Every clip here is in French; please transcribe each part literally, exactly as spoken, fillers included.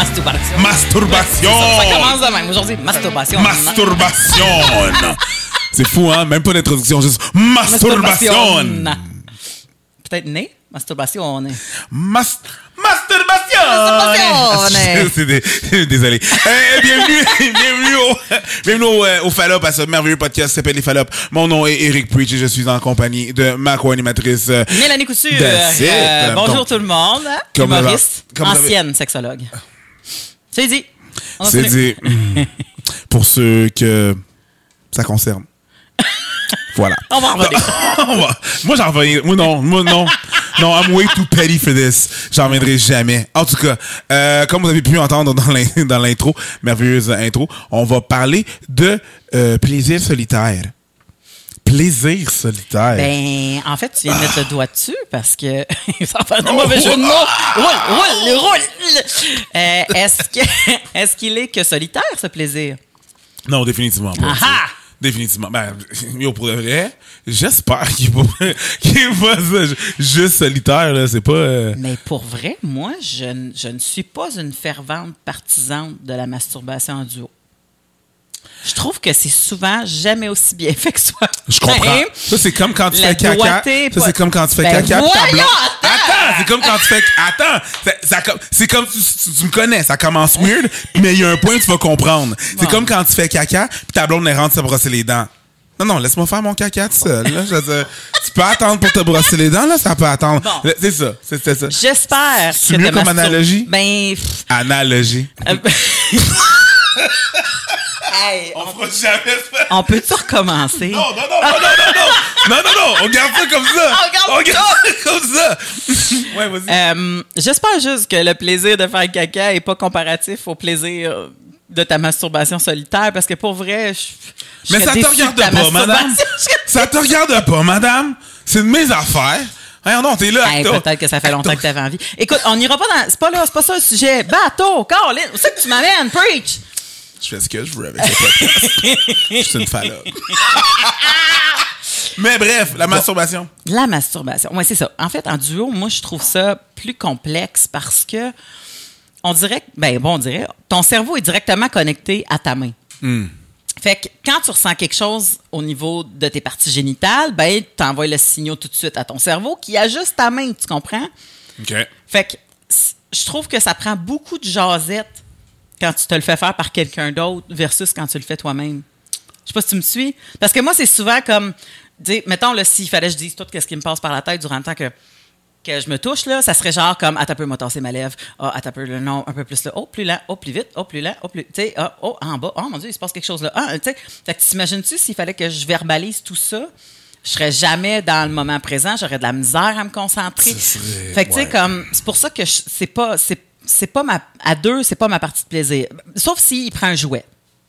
Masturbation. Masturbation. Ouais, ça, ça commence de même. Aujourd'hui, masturbation. Masturbation. C'est fou, hein? Même pas d'introduction, juste masturbation. Peut-être né? Masturbation. Mas- masturbation. Masturbation. C'est des... Désolé. Euh, bienvenue, bienvenue au, bienvenue au, euh, au Fallop, à ce merveilleux podcast qui s'appelle Les Fallops. Mon nom est Eric Preach et je suis en compagnie de ma co-animatrice euh, Mélanie Couture. That's it. Euh, bonjour Donc, tout le monde. comme Humoriste, comme ancienne sexologue. C'est dit. On a C'est fini. dit. Pour ceux que ça concerne. Voilà. On va en revenir. On va- Moi, j'en reviens. Moi, non. Moi, non. Non, I'm way too petty for this. J'en reviendrai jamais. En tout cas, euh, comme vous avez pu entendre dans l'in- dans l'intro, merveilleuse intro, on va parler de euh, plaisir solitaire. Plaisir solitaire. Ben, en fait, tu viens de mettre le doigt dessus parce que ça va faire de mauvais jeu de mots. Roule, roule, roule. Euh, est-ce que, est-ce qu'il est que solitaire, ce plaisir? Non, définitivement pas. Aha! Définitivement. Ben, yo, pour de vrai, j'espère qu'il est pas, qu'il est pas ça, juste solitaire, là. C'est pas... euh, Mais pour vrai, moi, je, n- je ne suis pas une fervente partisane de la masturbation en duo. Je trouve que c'est souvent jamais aussi bien fait que soi. Je comprends. Ça, c'est comme quand tu La fais caca. doigté, Ça, pas- c'est comme quand tu fais Ben caca. pis ta voyons, blonde- attends! Attends, c'est comme quand tu fais. Attends! Ça, ça com- c'est comme. Tu, tu- tu me connais, ça commence weird, mais il y a un point que tu vas comprendre. C'est Bon. comme quand tu fais caca, puis ta blonde elle rentre se brosser les dents. Non, non, laisse-moi faire mon caca tout seul. Là. Je veux dire, tu peux attendre pour te brosser les dents, là, ça peut attendre. Bon. C'est ça, c'est c'est ça. J'espère C'est que mieux de comme mastur- analogie? Ben... pff, Analogie. euh, hey, On on, fera jamais ça. on peut-tu recommencer? Non, non, non, non, non, non, non, non, non, non, on garde ça comme ça. On garde ça comme ça. Ouais, vas-y. Euh, J'espère juste que le plaisir de faire caca n'est pas comparatif au plaisir de ta masturbation solitaire, parce que pour vrai, je, je Mais serais ça te déçue regarde de ta pas, madame. masturbation. Ça te regarde pas, madame. C'est de mes affaires. Hein, non, t'es là. Hey, acta. peut-être que ça fait longtemps Acta. que tu avais envie. Écoute, on n'ira pas dans... C'est pas là, c'est pas ça le sujet. Bateau, Caroline, où c'est que tu m'amènes? Preach! Je fais ce que je veux avec ce podcast. Je suis une falope. Mais bref, la masturbation. La masturbation. Oui, c'est ça. En fait, en duo, moi, je trouve ça plus complexe parce que on dirait, que- ben bon, on dirait, ton cerveau est directement connecté à ta main. Mm. Fait que quand tu ressens quelque chose au niveau de tes parties génitales, ben, tu envoies le signal tout de suite à ton cerveau qui ajuste ta main, tu comprends? OK. Fait que c- je trouve que ça prend beaucoup de jasette quand tu te le fais faire par quelqu'un d'autre versus quand tu le fais toi-même. Je sais pas si tu me suis. Parce que moi, c'est souvent comme, dire, mettons, là, s'il fallait que je dise tout ce qui me passe par la tête durant le temps que, que je me touche, là, ça serait genre comme, attends un peu, m'a tassé ma lèvre. Ah, attends un peu, là, non, un peu plus là. Oh, plus lent, oh, plus vite, oh, plus lent, oh, plus. Tu sais, ah, oh, en bas, oh mon Dieu, il se passe quelque chose là. Ah, tu sais, fait que t'imagines-tu s'il fallait que je verbalise tout ça? Je serais jamais dans le moment présent, j'aurais de la misère à me concentrer. Ce serait- Fait que, tu sais, ouais. comme, c'est pour ça que je- c'est pas, c'est, c'est pas ma, à deux, c'est pas ma partie de plaisir. Sauf s'il prend un jouet.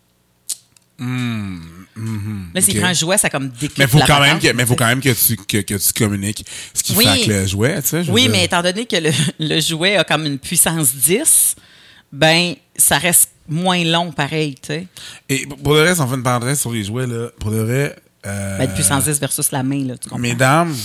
Là, s'il ok. prend un jouet, ça comme déclic Mais faut la quand même patente, que, mais faut tu sais. quand même que tu, que, que tu communiques ce qu'il Oui. fait avec le jouet, tu sais. je veux Oui, dire. mais étant donné que le, le jouet a comme une puissance dix, ben, ça reste moins long pareil, tu sais. Et pour le reste, on fait une parenthèse sur les jouets, là. Pour le vrai. Euh, Ben, de puissance dix versus la main, là, tu comprends? Mesdames,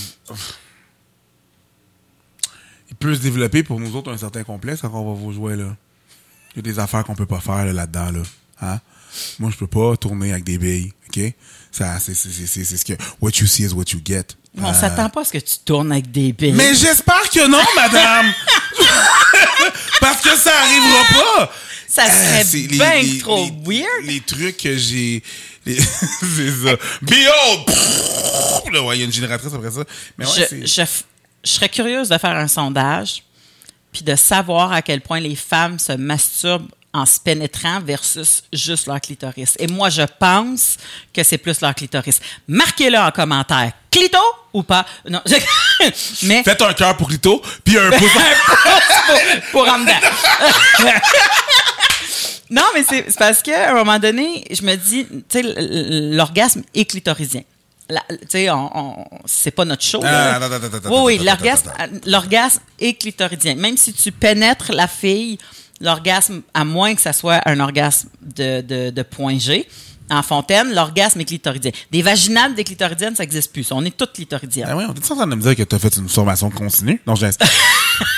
il peut se développer pour nous autres un certain complexe quand on va vous jouer là. Il y a des affaires qu'on peut pas faire là, là-dedans là. Hein? Moi, je peux pas tourner avec des billes, ok? Ça, c'est, c'est, c'est, c'est, c'est ce que what you see is what you get. On Euh, s'attend pas à ce que tu tournes avec des billes. Mais j'espère que non, madame. Parce que ça arrivera pas. Ça serait Euh, c'est les- bien les- trop les- weird. Les trucs que j'ai. les- c'est ça. Behold! Là, ouais, il y a une génératrice après ça. Mais ouais, je, c'est. je f- je serais curieuse de faire un sondage puis de savoir à quel point les femmes se masturbent en se pénétrant versus juste leur clitoris. Et moi, je pense que c'est plus leur clitoris. Marquez-le en commentaire. Clito ou pas? Non. je- Mais Faites un cœur pour Clito, puis un pouce. pour en dedans. Non, mais c'est c'est parce qu'à un moment donné, je me dis, tu sais, l- l- l'orgasme est clitoridien. La- Tu sais, on, on- c'est pas notre show. là. Ah, attends, attends, attends, oui, oui, attends, l'orgasme, attends, l'orgasme est clitoridien. Même si tu pénètres la fille, l'orgasme, à moins que ça soit un orgasme de, de, de point G, en fontaine, l'orgasme est clitoridien. Des vaginales, des clitoridiennes, ça n'existe plus. On est toutes clitoridiennes. Ah ouais, on est en train de me dire que tu as fait une formation continue? Non, je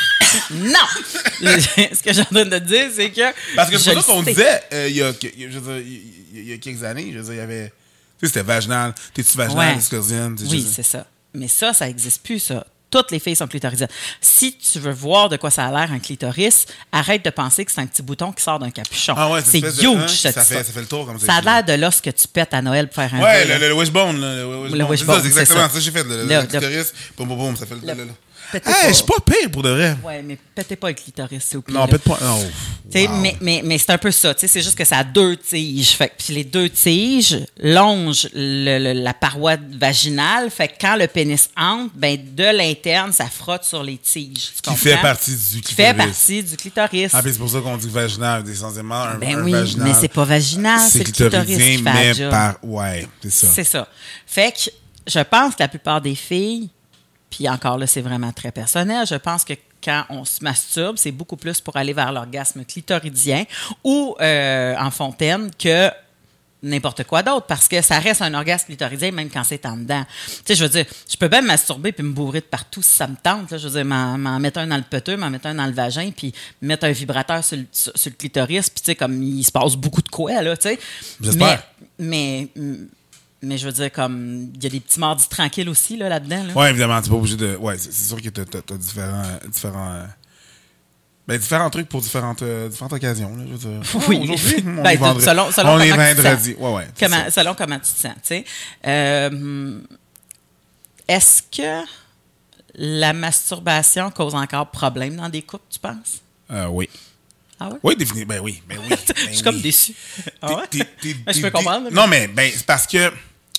Non! Ce que j'ai en train de dire, c'est que. Parce que c'est je pour ça qu'on sais. disait, euh, il y a, je veux dire, il y a- il y a quelques années, je veux dire, il y avait. Tu sais, c'était vaginal. T'es-tu vaginal, Ouais. escorzienne? tu sais, Oui, je sais. c'est ça. Mais ça, ça n'existe plus, ça. Toutes les filles sont clitorisiennes. Si tu veux voir de quoi ça a l'air un clitoris, arrête de penser que c'est un petit bouton qui sort d'un capuchon. Ah ouais, c'est espèce de- huge, hein, cette ça fait, histoire. ça fait le tour comme ça. Ça a l'air de l'os que tu pètes à Noël pour faire un Ouais, vœu, le, là. le, le wishbone, là. Le wishbone. Le C'est wishbone, ça, c'est c'est exactement ça. ça que j'ai fait. Le, le, Le- le clitoris, boum, boum, boum, ça fait le. Le- le- le- Pétez Hey, pas. je suis pas pire pour de vrai. Ouais, mais pétez pas le clitoris, s'il vous plaît. Non, là. pète pas. Non. T'sais, Wow. Mais, mais, mais c'est un peu ça. t'sais, C'est juste que ça a deux tiges. Fait, que- puis les deux tiges longent le- le- la paroi vaginale. Fait que quand le pénis entre, ben, de l'interne, ça frotte sur les tiges. Tu Qui fait comprends? partie du clitoris. Qui fait partie du clitoris. Ah, puis c'est pour ça qu'on dit vaginal, essentiellement. Un, Ben un oui, vaginal. mais c'est pas vaginal, c'est le clitoris clitoridien, qui fait la mais job. par. Ouais, c'est ça. C'est ça. Fait que je pense que la plupart des filles, puis encore là, c'est vraiment très personnel, je pense que quand on se masturbe, c'est beaucoup plus pour aller vers l'orgasme clitoridien ou euh, en fontaine que n'importe quoi d'autre, parce que ça reste un orgasme clitoridien même quand c'est en dedans. Tu sais, je veux dire, je peux bien me masturber puis me bourrer de partout si ça me tente. Là. Je veux dire, m'en, m'en mettre un dans le peteux, m'en mettre un dans le vagin, puis mettre un vibrateur sur le, sur, sur le clitoris, puis tu sais, comme il se passe beaucoup de quoi, là, tu sais. J'espère. Mais, mais, mais je veux dire, comme, il y a des petits mardis tranquilles aussi, là, là-dedans, là. Ouais, évidemment, tu n'es pas obligé de. Ouais, c'est c'est sûr que tu as différents. différents euh, ben, différents trucs pour différentes, euh, différentes occasions. Là, je veux dire. Oui. Oh, aujourd'hui, on Ben, est vendredi. selon- selon on est comment tu te vendredi. sens. Ouais, ouais. c'est Comment, ça. selon comment tu te sens, tu sais. Euh, est-ce que la masturbation cause encore problème dans des couples, tu penses? Euh, oui. Ah ouais? Oui, définitivement. Ben oui. Ben oui. Ben Je suis comme oui. déçu. Ah ouais? T'es- t'es- Ben, je t'es- peux comprendre. t'es- Non, mais ben, c'est parce que.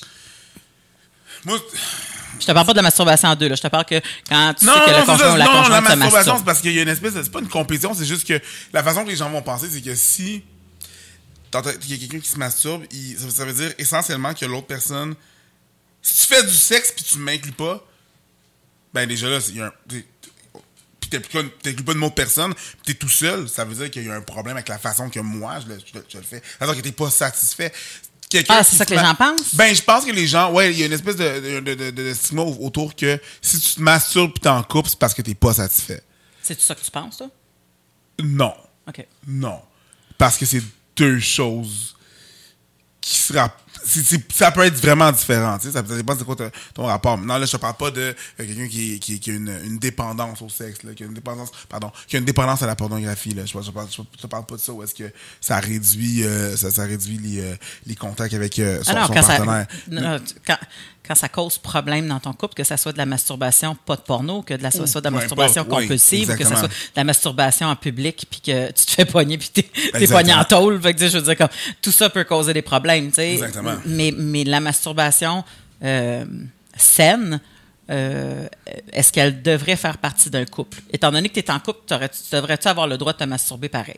Moi. Je te parle pas de la masturbation en deux, là. Je te parle que quand tu Non, sais que non, le c'est conjoint ça. ou la Non, non, la conjointe se masturbation, c'est masturbe. parce qu'il y a une espèce de. C'est pas une compétition, c'est juste que la façon que les gens vont penser, c'est que si t'entends qu'il y a quelqu'un qui se masturbe, il- ça, ça veut dire essentiellement que l'autre personne. Si tu fais du sexe puis tu ne m'inclus pas, ben déjà là, il y a un. Puis t'inclus pas une autre personne, puis t'es tout seul, ça veut dire qu'il y a un problème avec la façon que moi je le, je le- je le fais. Alors que t'es pas satisfait. Quelqu'un Ah, c'est qui ça se que les ma- gens pensent? Ben, je pense que les gens, ouais, il y a une espèce de, de, de, de, de stigma autour que si tu te masturbes puis t'es en couple, c'est parce que t'es pas satisfait. C'est ça que tu penses, toi? Non. OK. Non. Parce que c'est deux choses qui se rap- c'est- c'est- ça peut être vraiment différent. Tu sais, ça, ça dépend de quoi ton, ton rapport. Non, là, je te parle pas de euh, quelqu'un qui, qui, qui a une, une dépendance au sexe, là, qui a une dépendance, pardon, qui a une dépendance à la pornographie. Là. Je, je, parle, je te parle pas de ça où est-ce que ça réduit, euh, ça, ça réduit les, euh, les contacts avec euh, son, Ah non, son quand ça, partenaire. non, non, tu- quand, quand ça cause problème dans ton couple, que ça soit de la masturbation pas de porno, que de la, soit de la peu masturbation importe, oui, compulsive, ou que ça exactement. soit de la masturbation en public, puis que tu te fais pogner, puis t'es, t'es Exactement. pogné en tôle. Fait que, tu sais, je veux dire, comme, tout ça peut causer des problèmes. Tu sais. Exactement. Mais, mais la masturbation euh, saine, euh, est-ce qu'elle devrait faire partie d'un couple? Étant donné que tu es en couple, t'aurais- tu devrais-tu avoir le droit de te masturber pareil?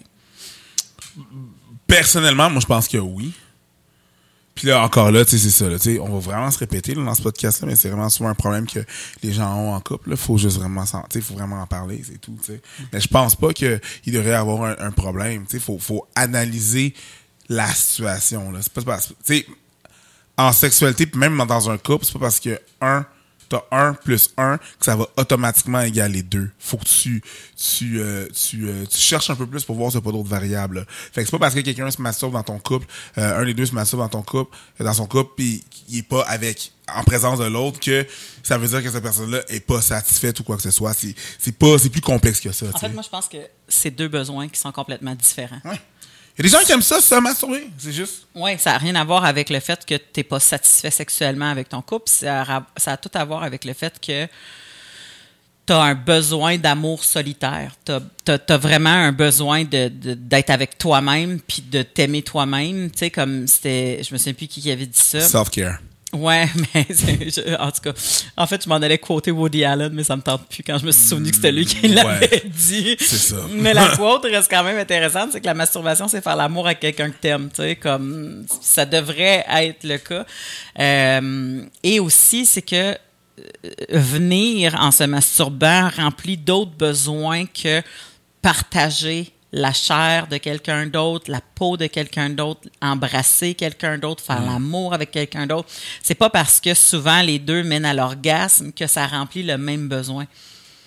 Personnellement, moi, je pense que oui. Puis là, encore là, tu sais, c'est ça. Là, tu sais, on va vraiment se répéter là, dans ce podcast-là, mais c'est vraiment souvent un problème que les gens ont en couple. Il faut juste vraiment s'en, tu sais, faut vraiment en parler, c'est tout. Tu sais. Mais je pense pas qu'il devrait y avoir un, un problème. Il faut, faut analyser la situation. Là. C'est pas parce que, tu sais, en sexualité, puis même dans un couple, c'est pas parce que un, t'as un plus un que ça va automatiquement égaler deux. Faut que tu tu euh, tu, euh, tu cherches un peu plus pour voir s'il n'y a pas d'autres variables. Là. Fait que c'est pas parce que quelqu'un se masturbe dans ton couple, euh, un des deux se masturbe dans ton couple, euh, dans son couple, puis il est pas avec en présence de l'autre que ça veut dire que cette personne-là est pas satisfaite ou quoi que ce soit. C'est c'est pas c'est plus complexe que ça. En t'sais. fait, moi, je pense que c'est deux besoins qui sont complètement différents. Ouais. Il y a des gens qui aiment ça, se masturber. C'est juste. Oui, ça n'a rien à voir avec le fait que tu n'es pas satisfait sexuellement avec ton couple. Ça a, ça a tout à voir avec le fait que tu as un besoin d'amour solitaire. Tu as vraiment un besoin de, de- d'être avec toi-même puis de t'aimer toi-même. Tu sais, comme c'était. Je me souviens plus qui avait dit ça. Self-care. Ouais, mais c'est- je- en tout cas, en fait, je m'en allais quoter Woody Allen, mais ça me tente plus quand je me suis souvenu que c'était lui qui l'avait ouais. dit. C'est ça. Mais la quote reste quand même intéressante, c'est que la masturbation, c'est faire l'amour à quelqu'un que t'aimes, tu sais, comme ça devrait être le cas. Euh, et aussi, c'est que euh, venir en se masturbant remplit d'autres besoins que partager la chair de quelqu'un d'autre, la peau de quelqu'un d'autre, embrasser quelqu'un d'autre, faire l'amour avec quelqu'un d'autre. C'est pas parce que souvent les deux mènent à l'orgasme que ça remplit le même besoin.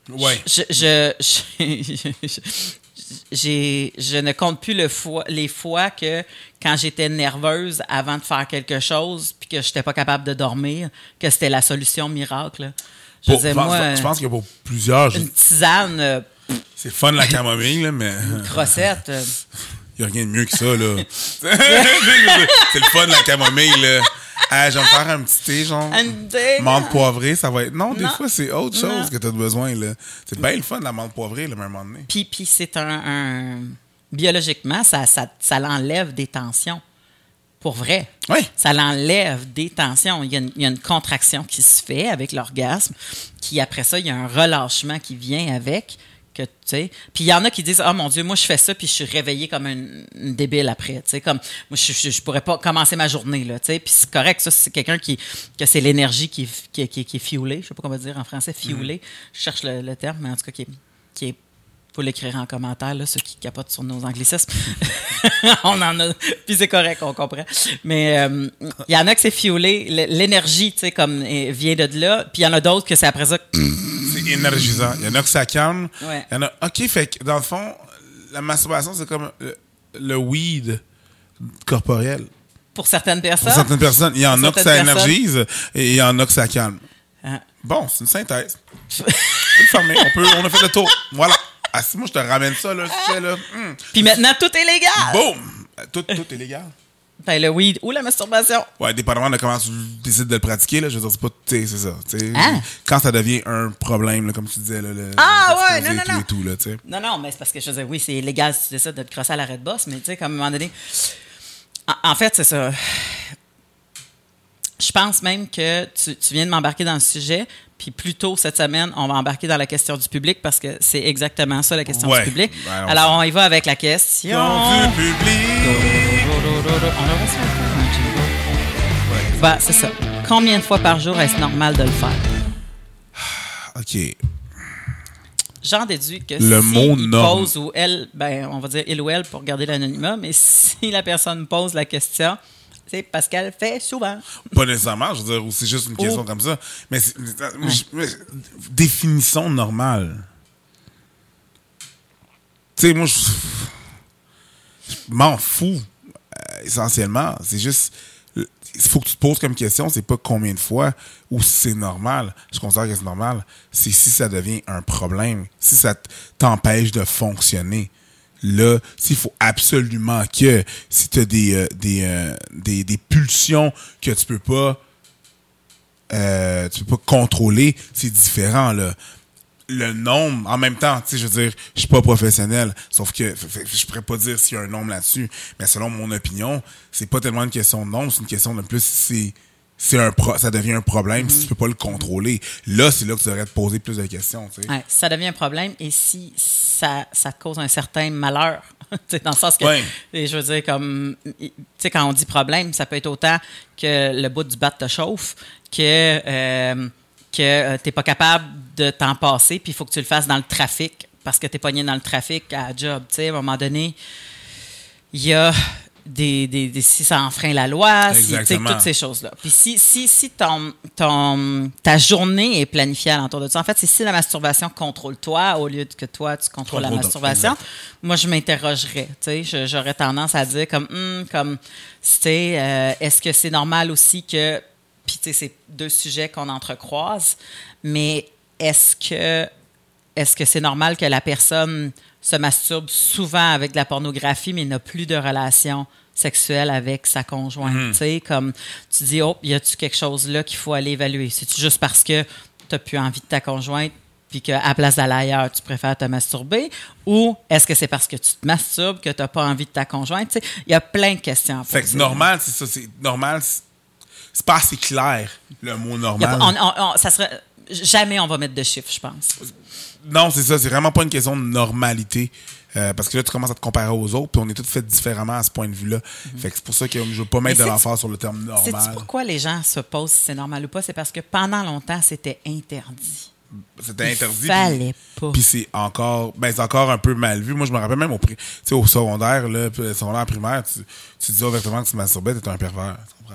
Ouais. Je, je, je, je, j'ai, je ne compte plus le fois, les fois que quand j'étais nerveuse avant de faire quelque chose puis que je n'étais pas capable de dormir, que c'était la solution miracle. Je Pour, disais, je, pense, moi, je pense que pour plusieurs, je- une tisane, euh, c'est fun la camomille, là, mais une crossette. euh, il n'y a rien de mieux que ça. Là. C'est le fun la camomille. Là. Ah, je vais me faire un petit thé, genre une thé, menthe poivrée, ça va être... Non, des Non. fois, c'est autre chose Non. que tu as besoin. Là. C'est bien le fun, la menthe poivrée, là, mais à un moment donné. Puis, puis c'est un, un- Biologiquement, ça, ça, ça l'enlève des tensions. Pour vrai. Oui. Ça l'enlève des tensions. Il y, a une, il y a une contraction qui se fait avec l'orgasme, qui après ça, il y a un relâchement qui vient avec. Que, tu sais. Puis il y en a qui disent « Ah, mon Dieu, moi, je fais ça, puis je suis réveillée comme une, une débile après. » Tu sais, comme, moi, je, je, je pourrais pas commencer ma journée, là, tu sais. Puis c'est correct, ça, c'est quelqu'un qui, que c'est l'énergie qui, est- qui, est- qui, est- qui est fuelée. Je sais pas comment dire en français, fuelée. Je cherche le, le terme, mais en tout cas, qui est... Qui est faut l'écrire en commentaire, là, ceux qui capotent sur nos anglicismes. On en a. Puis c'est correct, on comprend. Mais euh, il y en a que c'est fuelé. L- L'énergie, tu sais, comme, euh, vient de là. Puis il y en a d'autres que c'est après ça. C'est énergisant. Il y en a que ça calme. Ouais. Il y en a... OK, fait que dans le fond, la masturbation, c'est comme le, le weed corporel. Pour certaines Pour personnes. certaines personnes, il y en Pour a que ça certaines personnes. énergise et il y en a que ça calme. Hein. Bon, c'est une synthèse. On peut le fermer. On, peut, on a fait le tour. Voilà. Ah, si moi, je te ramène ça, là, tu fais, là. hum. Puis maintenant, tout est légal. Boum! Tout, tout est légal. Ben, le weed ou la masturbation. Ouais, dépendamment de comment tu décides de le pratiquer, là, je veux dire, c'est pas, tu sais, c'est ça. tu sais. Ah. Quand ça devient un problème, là, comme tu disais, là, le, Ah, le ouais, exposé non, et tout non, et tout, là, tu sais. Non, non, mais c'est parce que je veux dire, oui, c'est légal si tu décides de te crosser à l'arrêt de boss, mais tu sais, comme à un moment donné. En, en fait, c'est ça. Je pense même que tu, tu viens de m'embarquer dans le sujet, puis plus tôt cette semaine, on va embarquer dans la question du public parce que c'est exactement ça, la question Ouais. du public. Ben, on Alors, on y va avec la question. Du public! On a reçu un peu, hein, Jingo? Ben, c'est ça. Combien de fois par jour est-ce normal de le faire? OK. J'en déduis que Le si mot il norme. pose ou elle, ben, on va dire il ou elle pour garder l'anonymat, mais si la personne pose la question, c'est parce qu'elle fait souvent. Pas nécessairement, je veux dire, ou c'est juste une question Oh. comme ça. Mais, c'est- mais je- mais- définition normale. Tu sais, moi, je je m'en fous, euh, essentiellement. C'est juste, il faut que tu te poses comme question, c'est pas combien de fois ou si c'est normal. Je considère que c'est normal. C'est si ça devient un problème, si ça t'empêche de fonctionner. Là, s'il faut absolument que, si tu as des, euh, des, euh, des, des pulsions que tu peux pas euh, tu peux pas contrôler, c'est différent, là. Le nombre, en même temps, tu sais, je veux dire, je suis pas professionnel, sauf que f- f- je pourrais pas dire s'il y a un nombre là-dessus, mais selon mon opinion, c'est pas tellement une question de nombre, c'est une question de plus si c'est un pro- ça devient un problème, si tu peux pas le contrôler. Là, c'est là que tu devrais te poser plus de questions, tu sais. Ouais, ça devient un problème et si ça, ça te cause un certain malheur, tu sais, dans le sens que, Ouais. et je veux dire, comme, tu sais, quand on dit problème, ça peut être autant que le bout du bat te chauffe, que, euh, que tu n'es pas capable de t'en passer, puis il faut que tu le fasses dans le trafic, parce que tu es pogné dans le trafic à la job. Tu sais, à un moment donné, il y a des, des, des- si ça enfreint la loi, si, tu sais, Exactement. toutes ces choses-là. Puis si, si, si ton, ton, ta journée est planifiée alentour de ça, en fait, c'est si la masturbation contrôle toi au lieu de que toi, tu contrôles la Contrôle ton- masturbation, exact. moi, je m'interrogerais. Tu sais, je- j'aurais tendance à dire comme, hum, comme, tu sais, euh, est-ce que c'est normal aussi que, puis tu sais, c'est deux sujets qu'on entrecroise, mais est-ce que, est-ce que c'est normal que la personne se masturbe souvent avec de la pornographie, mais n'a plus de relation sexuelle avec sa conjointe? Mm-hmm. Tu sais, comme tu dis, oh, y a-tu quelque chose là qu'il faut aller évaluer? C'est-tu juste parce que tu n'as plus envie de ta conjointe, puis qu'à place d'aller ailleurs, tu préfères te masturber? Ou est-ce que c'est parce que tu te masturbes que tu n'as pas envie de ta conjointe? Tu sais, il y a plein de questions à Fait poser. que normal, c'est ça, c'est normal, c'est c'est pas assez clair, le mot Y a normal. pas- on- on- on- ça serait, jamais on va mettre de chiffres, je pense. Non, c'est ça. C'est vraiment pas une question de normalité. Euh, parce que là, tu commences à te comparer aux autres, puis on est tous faits différemment à ce point de vue-là. Fait que c'est pour ça que je veux pas mettre Mais de sais-tu- l'emphase sur le terme normal. Sais-tu pourquoi les gens se posent si c'est normal ou pas? C'est parce que pendant longtemps, c'était interdit. C'était interdit. Il fallait puis- pas. Puis c'est encore, ben c'est encore un peu mal vu. Moi, je me rappelle même au, pri- tu sais, au secondaire, là, puis au secondaire primaire, tu, tu disais ouvertement que tu masturbais, t'étais un pervers. Tu comprends?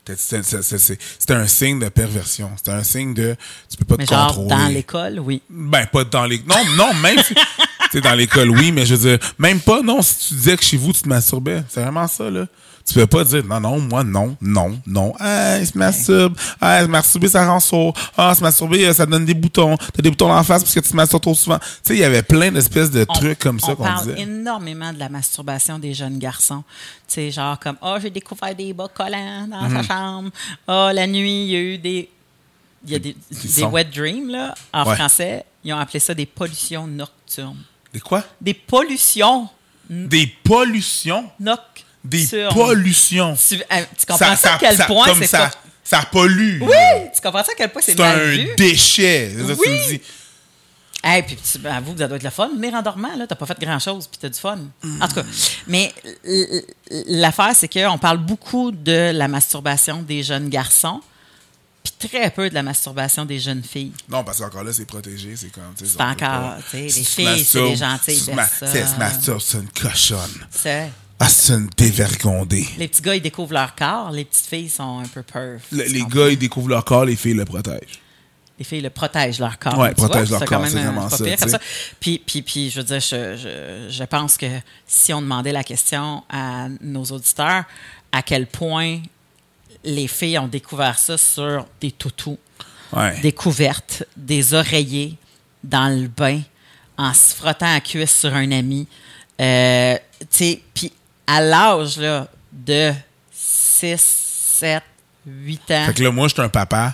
C'était, c'était, c'était, c'était un signe de perversion. C'était un signe de... Tu peux pas mais te genre, contrôler. dans l'école, oui. Ben, pas dans l'école. Non, non, même si... Tu sais, dans l'école, oui, mais je veux dire, même pas, non, si tu disais que chez vous, tu te masturbais. C'est vraiment ça, là. Tu peux pas dire, non, non, moi, non, non, non. Ah, il se masturbe. Ah, se masturber, ça rend sourd. Ah, se masturber, ça donne des boutons. T'as des boutons en face parce que tu te masturbes trop souvent. Tu sais, il y avait plein d'espèces de on, trucs comme ça on qu'on parle disait. énormément de la masturbation des jeunes garçons. Tu sais, genre comme, oh, j'ai découvert des bas collants dans Mm-hmm. sa chambre. Oh, la nuit, il y a eu des... Il y a des, des sons. wet dreams, là. En Ouais. français, ils ont appelé ça des pollutions nocturnes. Des quoi? Des pollutions Des pollutions. nocturnes. Des pollutions. Tu, euh, tu comprends ça, à quel point comme c'est ça, pas... ça pollue. Oui! Tu comprends ça à quel point c'est, C'est mal un vu? déchet. C'est ça que tu Oui. me dis. Hey, puis tu, ben, avoue que ça doit être le fun. Venir en dormant, là, t'as pas fait grand-chose, puis t'as du fun. En tout cas, mais l- l- l'affaire, c'est qu'on parle beaucoup de la masturbation des jeunes garçons, puis très peu de la masturbation des jeunes filles. Non, parce qu'encore là, c'est protégé. C'est comme, tu sais, C'est on peut encore, pas- tu sais, les si tu filles, masturbes, c'est des gentilles si tu ma- personnes. Si elle se masturbe, c'est une cochonne. C'est... Ah, c'est une dévergondée. Les petits gars, ils découvrent leur corps. Les petites filles sont un peu perf. Le- tu les comprends? gars, ils découvrent leur corps, les filles le protègent. Les filles le protègent leur corps. Ouais, tu vois, protègent leur c'est corps, quand même c'est un- vraiment pas ça, pire comme tu sais. ça. Puis, puis, puis, je veux dire, je, je, je pense que si on demandait la question à nos auditeurs, à quel point les filles ont découvert ça sur des toutous, Ouais. des couvertes, des oreillers, dans le bain, en se frottant la cuisse sur un ami. Euh, tu sais, puis à l'âge là, de six, sept, huit ans. Fait que là, moi, je suis un papa.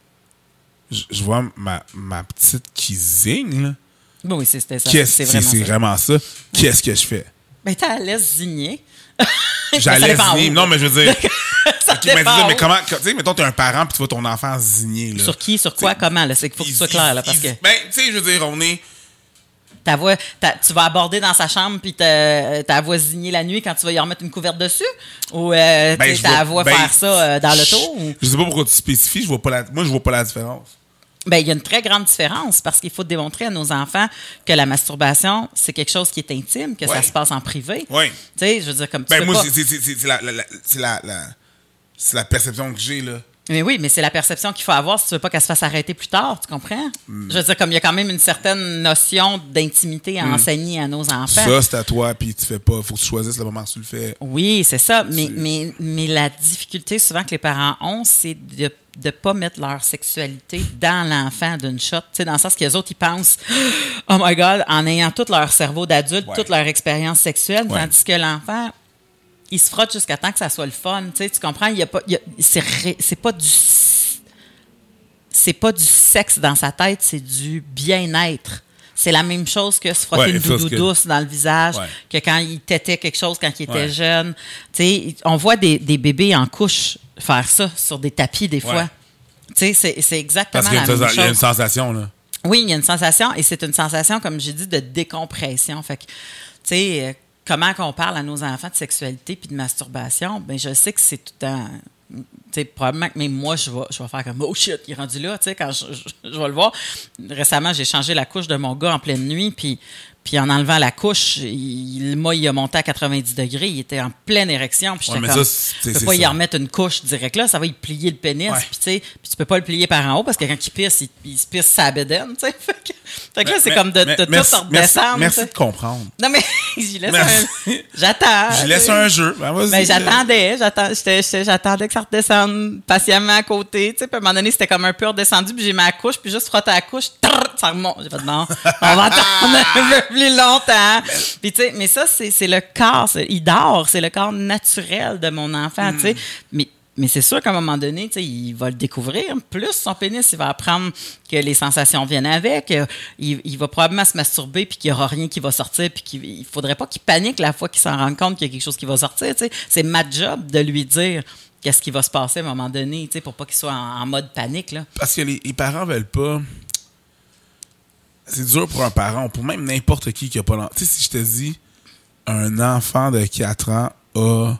Je je vois ma, ma petite qui zigne, là. Oui, c'est, c'était ça. Qu'est-ce c'est c'est, vraiment c'est ça. vraiment ça? Qu'est-ce que je fais? Ben, t'as laisse zigner. J'allais Ça dépend zigner. où. Non, mais je veux dire. Ça Ok, mais, dépend dis-le, mais où. comment. Tu sais, mettons, t'es un parent puis tu vois ton enfant zigner, là. Sur qui, sur quoi, T'sais, comment? Là, c'est qu'il faut que il- tu sois clair, là, parce il- que Ben, tu sais, je veux dire, on est. ta voix, ta- tu vas aborder dans sa chambre puis ta, ta voix zigner la nuit quand tu vas y remettre une couverte dessus? Ou euh, Ben, tu sais, je ta vois- voix ben, faire ça euh, dans l'auto? Ou... Je sais pas pourquoi tu spécifies, je vois pas la, moi, je vois pas la différence. Ben, il y a une très grande différence parce qu'il faut démontrer à nos enfants que la masturbation, c'est quelque chose qui est intime, que Ouais. ça se passe en privé. Oui. Tu sais, je veux dire, comme tu Ben, peux moi, pas... c'est, c'est, c'est, c'est, c'est la, la, la- c'est la, la, c'est la perception que j'ai, là. Mais oui, mais c'est la perception qu'il faut avoir si tu veux pas qu'elle se fasse arrêter plus tard, tu comprends? Hmm. Je veux dire, comme il y a quand même une certaine notion d'intimité à enseigner à nos enfants. Ça, c'est à toi, puis tu fais pas. Faut que tu choisisses le moment où tu le fais. Oui, c'est ça. Mais, C'est- mais, mais la difficulté souvent que les parents ont, c'est de ne pas mettre leur sexualité dans l'enfant d'une shot. Tu sais, dans le sens que les autres, ils pensent « Oh my God », en ayant tout leur cerveau d'adulte, Ouais. toute leur expérience sexuelle, Ouais. tandis que l'enfant, il se frotte jusqu'à temps que ça soit le fun. Tu sais, tu comprends? Il y a pas, il y a- c'est, ré- c'est pas du... C'est pas du sexe dans sa tête, c'est du bien-être. C'est la même chose que se frotter Ouais, une ça, doudou c'est que- douce dans le visage, Ouais. que quand il tétait quelque chose quand il était Ouais. jeune. Tu sais, on voit des, des bébés en couche faire ça sur des tapis des fois. Ouais. Tu sais, c'est, c'est exactement Parce qu'il y a la une, même il y a une chose. sensation, là. Oui, il y a une sensation et c'est une sensation, comme j'ai dit, de décompression. Fait que, tu sais, euh, comment qu'on parle à nos enfants de sexualité puis de masturbation, ben je sais que c'est tout le temps... Tu sais, probablement que même moi, je vais, je vais faire comme « Oh shit, il est rendu là », tu sais, quand je, je- je vais le voir. Récemment, j'ai changé la couche de mon gars en pleine nuit, puis... Puis en enlevant la couche, il, moi, il a monté à quatre-vingt-dix degrés. Il était en pleine érection. Puis j'étais Ouais, mais comme, ça, c'est- je peux c'est pas y ça. remettre une couche direct là. Ça va y plier le pénis. Ouais. Puis tu sais, puis tu peux pas le plier par en haut parce que quand il pisse, il, il se pisse sa bédaine. Tu sais, fait que, fait que là, c'est Mais- comme de, mais- de tout merci, redescendre. merci, tu merci sais. de comprendre. Non mais j'y laisse Merci. un. J'attends. Je laisse tu sais. un jeu. Ben, vas-y. Ben, j'attendais, j'attends- j'étais- j'étais- j'attendais que ça redescende patiemment à côté. Tu sais, puis à un moment donné, c'était comme un peu redescendu, puis j'ai mis la couche, puis juste frotter la couche, trrr, ça remonte. J'ai fait non, on va attendre un peu plus longtemps. Puis tu sais, mais ça, c'est c'est le corps, c'est- il dort, c'est le corps naturel de mon enfant, tu sais. Mais mais c'est sûr qu'à un moment donné, tu sais, il va le découvrir. Plus son pénis, il va apprendre que les sensations viennent avec. euh, Il, il va probablement se masturber puis qu'il n'y aura rien qui va sortir. Puis qu'il il faudrait pas qu'il panique la fois qu'il s'en rende compte qu'il y a quelque chose qui va sortir. Tu sais. C'est ma job de lui dire qu'est-ce qui va se passer à un moment donné, tu sais, pour pas qu'il soit en, en mode panique. Là. Parce que les, les parents veulent pas. C'est dur pour un parent, ou pour même n'importe qui qui a pas l'enfant. Tu sais, si je te dis, un enfant de quatre ans a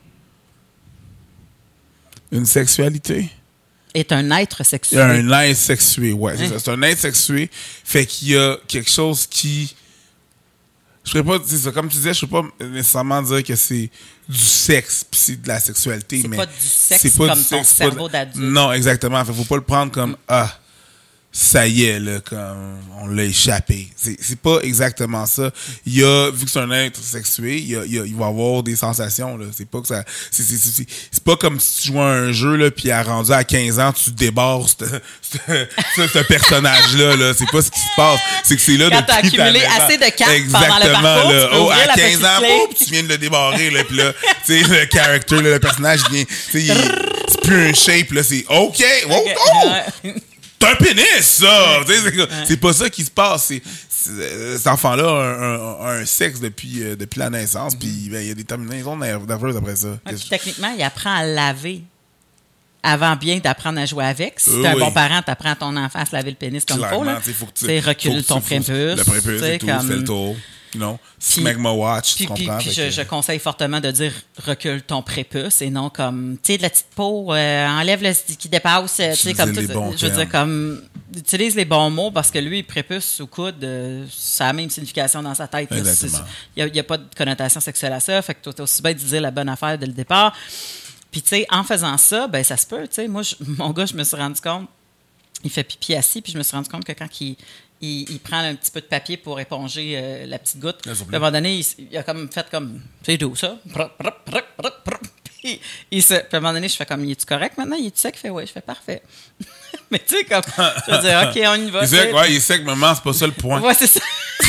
une sexualité. Est un être Il y sexuel. a un être sexué, ouais. c'est Hein? ça. C'est un être sexué. Fait qu'il y a quelque chose qui. je pourrais pas, c'est ça, comme tu disais, je peux pas nécessairement dire que c'est du sexe puis c'est de la sexualité, c'est mais pas du sexe c'est pas comme du ton sexe, cerveau pas de- d'adulte. Non, exactement. Fait, faut pas le prendre comme ah, ça y est là, comme on l'a échappé. C'est, c'est pas exactement ça. Il y a, vu que c'est un être sexué, il y a, il y a, il va avoir des sensations là. C'est pas que ça, c'est, c'est, c'est, c'est, c'est pas comme si tu jouais à un jeu là, puis à rendu à quinze ans, tu débarres ce, ce, ce, ce personnage là, là. C'est pas ce qui se passe. C'est que c'est là Quand depuis t'as accumulé ta assez de cartes Exactement, pendant le parcours, là. tu peux Oh, ouvrir à la quinze petite ans, clé. boum, tu viens de le débarrer là, puis là, tu sais, le character, là, le personnage vient, tu sais, il- c'est plus un shape là, c'est OK, oh, oh! T'as un pénis, ça! Tu sais, c'est, c'est pas ça qui se passe. C'est, c'est, euh, cet enfant-là a un, un, un sexe depuis, euh, depuis la naissance, puis Mm-hmm. ben, il y a des terminaisons nerveuses après ça. Ouais, puis techniquement, il apprend à laver avant bien d'apprendre à jouer avec. Si Euh, t'es un oui. bon parent, t'apprends à ton enfant à se laver le pénis comme il faut. Clairement, Là. tu sais, faut que tu Tu sais, recule faut que ton tu- faut- prépuce. Le prépuce tu sais, et tout, comme- fais le tour. Non, Puis- Smegma Watch, Puis, tu puis, comprends? puis Fait je, que- je conseille fortement de dire recule ton prépuce et non comme, tu sais, de la petite peau, euh, enlève le ce qui dépasse, euh, tu sais, Utiliser comme les tout. bons Je veux dire, termes. comme, utilise les bons mots parce que lui, prépuce ou coude, euh, ça a la même signification dans sa tête. là. Exactement. Il n'y a, y a pas de connotation sexuelle à ça, fait que tu es aussi bien de dire la bonne affaire dès le départ. Puis, tu sais, en faisant ça, ben ça se peut, tu sais. Moi, je- mon gars, je me suis rendu compte, il fait pipi assis, puis je me suis rendu compte que quand il, il, il prend un petit peu de papier pour éponger euh, la petite goutte, Là, puis à un moment donné, il, s- il a comme fait comme, c'est doux ça. Prop, prop, prop, prop, prop. Puis, il se, puis à un moment donné, je fais comme, il est-tu correct maintenant? Il est-tu sec? Il fait, oui, je fais parfait. Mais tu sais, comme, je veux dire, OK, on y va. Il est sec, ouais, il est sec, maman, c'est pas ça le point. Ouais, c'est ça.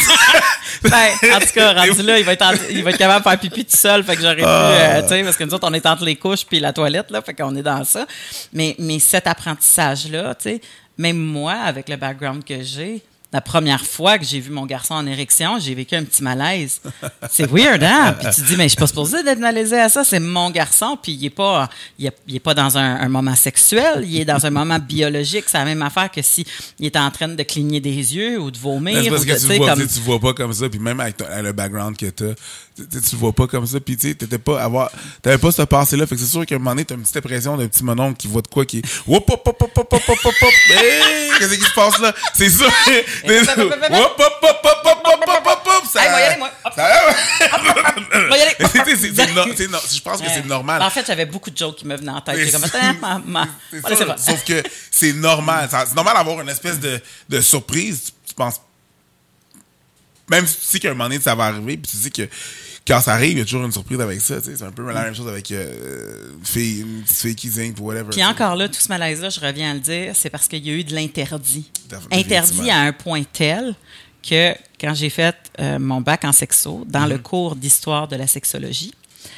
Ben, en tout cas, rendu là, il va, être en- il va être capable de faire pipi tout seul. Fait que j'aurais pu, euh, tu sais, parce que nous autres, on est entre les couches puis la toilette, là. Fait qu'on est dans ça. Mais, mais cet apprentissage-là, tu sais, même moi, avec le background que j'ai, la première fois que j'ai vu mon garçon en érection, j'ai vécu un petit malaise. C'est weird, hein? Puis tu te dis, mais je suis pas supposée d'être malaisée à ça. C'est mon garçon, puis il est pas, il est, il est pas dans un, un moment sexuel. Il est dans un moment biologique. C'est la même affaire que si il est en train de cligner des yeux ou de vomir. Mais c'est parce ou que de, tu sais, vois, comme... tu sais, tu vois pas comme ça, puis même avec, ton- avec le background que t'as, tu tu- tu le vois pas comme ça, puis tu sais, t'étais pas avoir, t'avais pas ce passé-là, fait que c'est sûr qu'à un moment donné, t'as une petite impression d'un petit mononcle qui voit de quoi qui est, hop, hop, hop, hop, hop, hop, hop, hop, hop, hey, qu'est-ce qui se passe là? C'est ça! Hop, hop, hop, hop, hop, hop, hop, hop, hop, ça... Hey, moi y aller, moi. Hop. Ça... Va y aller. C'est- c'est- c'est- c'est no- c'est no- je pense que Ouais. c'est normal. En fait, j'avais beaucoup de jokes qui me venaient en tête. Mais J'ai comme, c'est- attends, ma, ma. C'est Allez, ça. c'est bon. Sauf que c'est normal. Ça- C'est normal d'avoir une espèce de, de surprise. Tu, tu penses. Même si tu sais qu'à un moment donné, ça va arriver, puis tu sais que quand ça arrive, il y a toujours une surprise avec ça. Tu sais, c'est un peu la même chose avec euh, une, fille, une petite fille qui zing ou whatever. Puis encore là, tout ce malaise-là, je reviens à le dire, c'est parce qu'il y a eu de l'interdit. Définitivement. Interdit à un point tel que quand j'ai fait euh, mon bac en sexo, dans le cours d'histoire de la sexologie,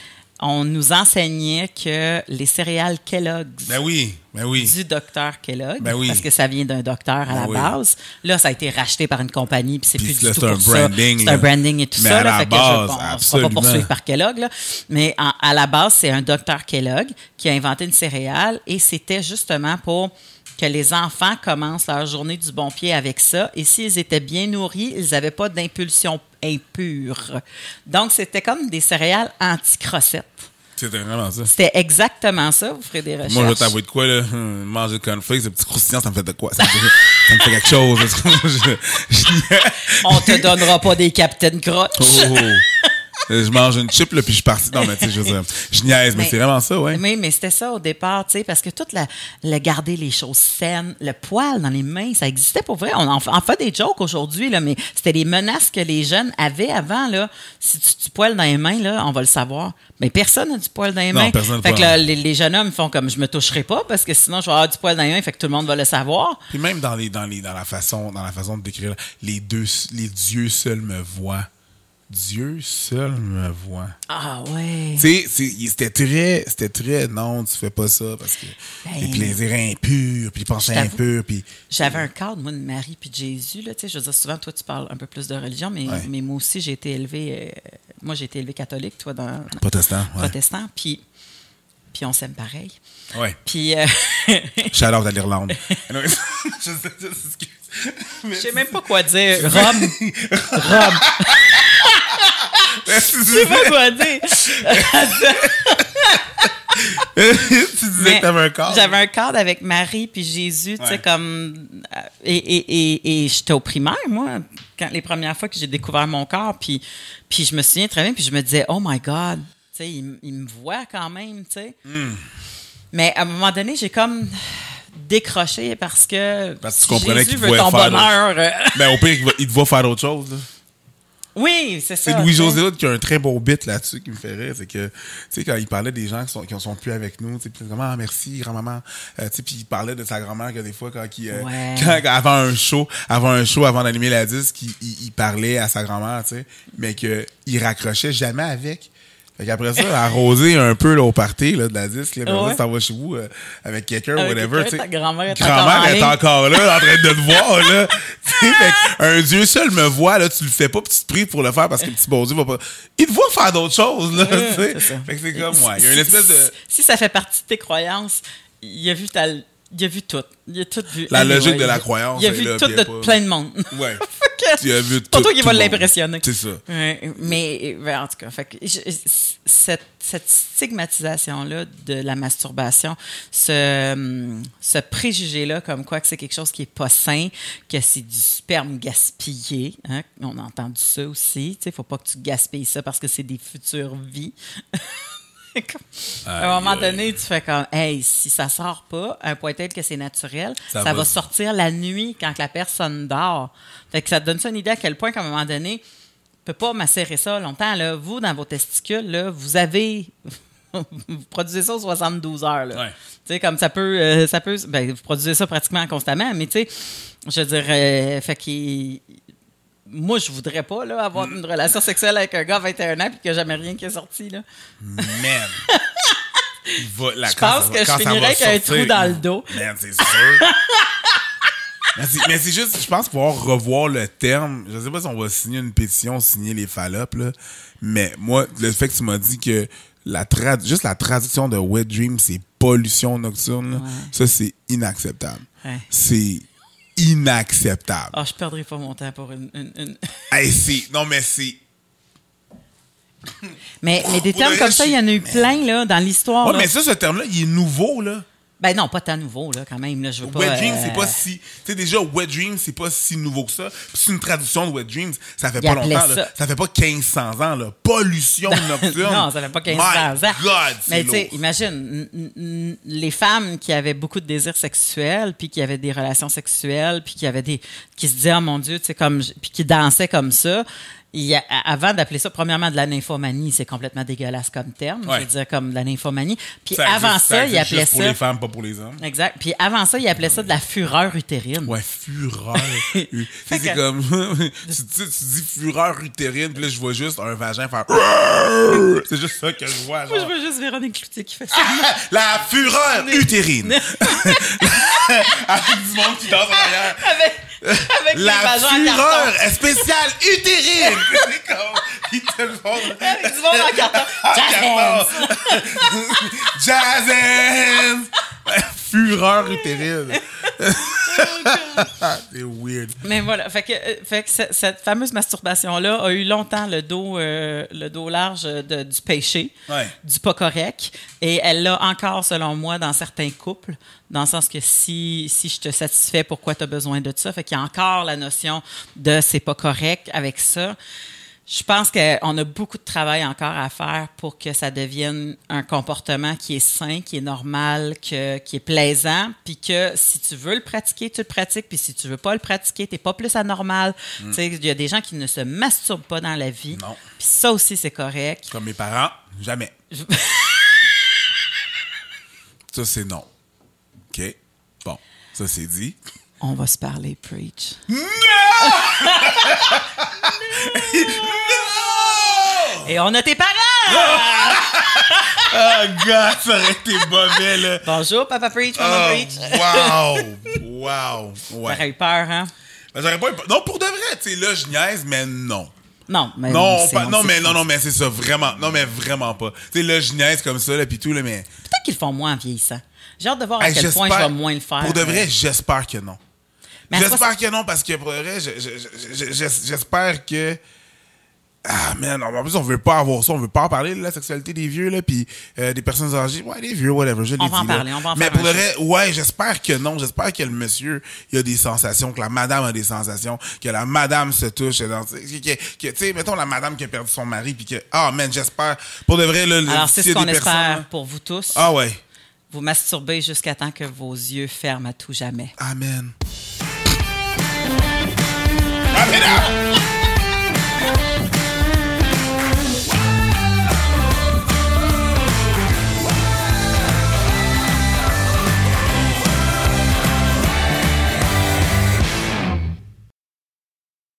on nous enseignait que les céréales Kellogg's Ben oui, ben oui. du docteur Kellogg, Ben oui. parce que ça vient d'un docteur à Ben la oui. base. Là, ça a été racheté par une compagnie, puis c'est Puis plus là, du tout c'est un pour ça. branding, C'est là. un branding et tout Mais ça. à là, la fait que je- base, bon, on ne sera pas absolument. poursuivi par Kellogg, là. Mais en- à la base, c'est un docteur Kellogg qui a inventé une céréale et c'était justement pour que les enfants commencent leur journée du bon pied avec ça. Et s'ils étaient bien nourris, ils n'avaient pas d'impulsion impure. Donc, c'était comme des céréales anti-crossette. C'était vraiment ça. C'était exactement ça. Vous ferez des recherches. Moi, je vais t'avouer de quoi, là. Hum, Manger de cornflakes, ce petit croustillant, ça me fait de quoi? Ça me fait, ça me fait quelque chose. là. Je- je- On te donnera pas des Captain Crotch. Oh, oh, oh. Euh, Je mange une chip, là, puis je suis parti. Non, mais tu sais, je veux dire, je niaise, mais, Mais- c'est vraiment ça, ouais. Oui, mais c'était ça au départ, tu sais, parce que tout la, le garder les choses saines, le poil dans les mains, ça existait pour vrai. On en, fait- en fait des jokes aujourd'hui, là, mais c'était les menaces que les jeunes avaient avant, là. Si tu, tu poils dans les mains, là, on va le savoir. Mais personne n'a du poil dans les Non, mains. personne Fait n'a. que là, les, les jeunes hommes font comme je me toucherai pas parce que sinon je vais avoir du poil dans les mains, fait que tout le monde va le savoir. Puis même dans les dans les dans la façon dans la façon de décrire les deux les dieux seuls me voient. Dieu seul me voit. Ah ouais. Tu sais, c'est- c'était très c'était très non, tu fais pas ça parce que Ben, les plaisirs impurs, puis les pensées je t'avoue, impures, puis J'avais un cadre, moi, de Marie puis de Jésus. Là, tu sais, je veux dire, souvent, toi, tu parles un peu plus de religion, mais, Ouais. mais moi aussi, j'ai été élevée... euh, moi, j'ai été élevée catholique, toi, dans protestant, ouais. protestant. Puis, puis on s'aime pareil. Ouais. Puis, euh, Shout out à l'Irlande. Anyway, je sais, je sais, je sais même pas quoi dire. Rome. Rome. Je sais pas quoi dire. Tu disais Mais que t'avais un cadre. J'avais un cadre avec Marie puis Jésus, tu sais, Ouais. comme... Et, et, et, et j'étais au primaire, moi, quand, les premières fois que j'ai découvert mon corps, puis, puis je me souviens très bien, puis je me disais, oh my God, tu sais, il, m- il me voit quand même, tu sais. Mm. Mais à un moment donné, j'ai comme décroché parce que Parce que tu si comprenais Jésus qu'il veut pouvait ton faire bonheur... euh, Ben, au pire, il, va- il te voit faire d'autres choses. Là. oui, c'est ça. C'est Louis-José tu sais. Hood qui a un très beau bit là-dessus qui me fait rire. C'est que, tu sais, quand il parlait des gens qui sont, qui sont plus avec nous, tu sais, puis comment, ah, merci, grand-maman. Euh, tu sais, puis il parlait de sa grand-mère que des fois, quand il, euh, Ouais. quand, avant un show, avant un show, avant d'animer la disque, il, il, il parlait à sa grand-mère, tu sais, mais qu'il raccrochait jamais avec. Fait qu'après ça, arroser un peu là, au party là, de la disque, là, puis après Ouais. ça, t'en vas chez vous euh, avec quelqu'un, Avec whatever. quelqu'un, tu sais. ta grand-mère est Grand-mère encore en est ligne. encore là, en train de te voir. Là. Tu sais, fait que un Dieu seul me voit, là, tu le fais pas, puis tu te pries pour le faire parce que le petit bon Dieu va pas. Il te voit faire d'autres choses. Là, Ouais, tu sais. c'est ça. Fait que c'est comme, ouais, il y a Si- une espèce de. si- Si ça fait partie de tes croyances, il a vu ta, il a vu tout. Il a tout vu. La Anyway, logique de la il- croyance Il a est vu là, tout puis de elle est pas- plein de monde. Ouais. Fait que Tu as vu c'est pas tout- toi qui tout va le monde. l'impressionner. C'est ça. Ouais, mais ben, en tout cas, fait que je- cette, cette stigmatisation-là de la masturbation, ce, ce préjugé-là, comme quoi que c'est quelque chose qui est pas sain, que c'est du sperme gaspillé, hein, on a entendu ça aussi. Il ne faut pas que tu gaspilles ça parce que c'est des futures vies. À un moment Aïe, aïe. donné, tu fais comme, hey, si ça sort pas, à un point tel que c'est naturel, Ça ça, va- va sortir la nuit quand la personne dort. Fait que ça te donne ça une idée à quel point qu'à un moment donné, tu peux pas macérer ça longtemps. Là. Vous, dans vos testicules, là, vous avez... vous produisez ça aux soixante-douze heures. Là. Ouais. Tu sais, comme ça peut... euh, ça peut ben, vous produisez ça pratiquement constamment, mais tu sais, je veux dire, euh, fait qu'il... Moi, je voudrais pas là, avoir une relation sexuelle avec un gars à vingt et un ans et qu'il n'y a jamais rien qui est sorti. Là. Man. Il va- la- Je quand pense ça que va- je quand ça finirais va avec un sortir, trou dans il- le dos. Man, c'est sûr. mais c'est mais c'est juste, je pense pouvoir revoir le terme. Je sais pas si on va signer une pétition, signer les fallopes, là. Mais moi, le fait que tu m'as dit que la trad juste la traduction de wet dream, c'est pollution nocturne, là, Ouais. ça, c'est inacceptable. Ouais. C'est inacceptable. Ah, je perdrai pas mon temps pour une... une- une- Hey, c'est, non, mais c'est. Mais, mais des Pour termes de comme vrai, ça, il y en a eu je- plein là, dans l'histoire. Ouais, là. mais ça, ce terme-là, il est nouveau, là. Ben non, pas tant nouveau, là, quand même. Là, je veux pas, Wet Dreams, euh, c'est pas si. Tu sais, déjà, Wet Dreams, c'est pas si nouveau que ça. Puis c'est une traduction de Wet Dreams, ça fait Il pas appelait longtemps, là. ça. Ça fait pas quinze cents ans, là. Pollution nocturne. Non, ça fait pas quinze My cents ans. God, c'est Mais tu sais, lourd. imagine, n- n- les femmes qui avaient beaucoup de désirs sexuels, puis qui avaient des relations sexuelles, puis qui avaient des, qui se disaient, oh mon Dieu, tu sais, comme, puis qui dansaient comme ça. Il y a, avant d'appeler ça, premièrement, de la nymphomanie, c'est complètement dégueulasse comme terme. Ouais. Je veux dire, comme de la nymphomanie. Puis Ça avant existe- ça, il existe appelait juste pour ça. les femmes, pas pour les hommes. Exact. Puis avant ça, il appelait ça de la fureur utérine. Ouais, fureur. Tu sais, Fait c'est que- comme. tu, tu, tu dis fureur utérine, puis là, je vois juste un vagin faire. C'est juste ça que je vois. Moi, je genre. veux juste Véronique Cloutier qui fait ça. Ah, la fureur utérine. Avec du monde qui danse en arrière. avec avec les La vagins en carton. fureur spéciale utérine. C'est comme. Ils te le font. Avec du monde en carton. En Jazz carton. Jazz hands. Fureur utérine. C'est weird. Mais voilà, fait que, euh, fait que ce- cette fameuse masturbation-là a eu longtemps le dos, euh, le dos large de- du péché, Ouais. du pas correct, et elle l'a encore, selon moi, dans certains couples, dans le sens que si, si je te satisfais, pourquoi tu as besoin de ça? Fait qu'il y a encore la notion de c'est pas correct avec ça. Je pense qu'on a beaucoup de travail encore à faire pour que ça devienne un comportement qui est sain, qui est normal, que, qui est plaisant, puis que si tu veux le pratiquer, tu le pratiques, puis si tu veux pas le pratiquer, t'es pas plus anormal. Tu sais, il y a des gens qui ne se masturbent pas dans la vie. Non. Puis ça aussi, c'est correct. Comme mes parents, jamais. Ça, c'est non. OK. Bon, ça, c'est dit. On va se parler, preach. Non! Et on a tes parents! Oh, God, ça aurait été mauvais, là. Bonjour, papa preach, maman Oh, preach. wow! Wow! Ouais. T'aurais eu peur, hein? Ben, j'aurais pas eu peur. Non, pour de vrai, tu sais, là, je niaise, mais non. Non, mais Non, on sait, pas- on non, sait mais qu'ils non, font non, mais c'est ça, vraiment. Non, mais vraiment pas. Tu sais, là, je niaise comme ça, là, pis tout, là, mais. Peut-être qu'ils le font moins en vieillissant. J'ai hâte de voir à Hey, quel point je j'espère- vais moins le faire. Pour de vrai, euh. j'espère que non. Mais à J'espère que non, parce que pour de vrai, je- je- je- je- j'espère que Ah, man, en plus, on veut pas avoir ça, on veut pas en parler de la sexualité des vieux, là, puis euh, des personnes âgées. Ouais, des vieux, whatever, je l'ai dit. On va en là. parler, on va en Mais faire pour un le reste, ouais, j'espère que non, j'espère que le monsieur, il a des sensations, que la madame a des sensations, que la madame se touche, dans, que, que, que, tu sais, mettons la madame qui a perdu son mari, puis que, ah, man, j'espère, pour de vrai, là, Alors, c'est ce qu'on espère personnes, pour vous tous. Ah, ouais. Vous masturbez jusqu'à temps que vos yeux ferment à tout jamais. Amen. Amen.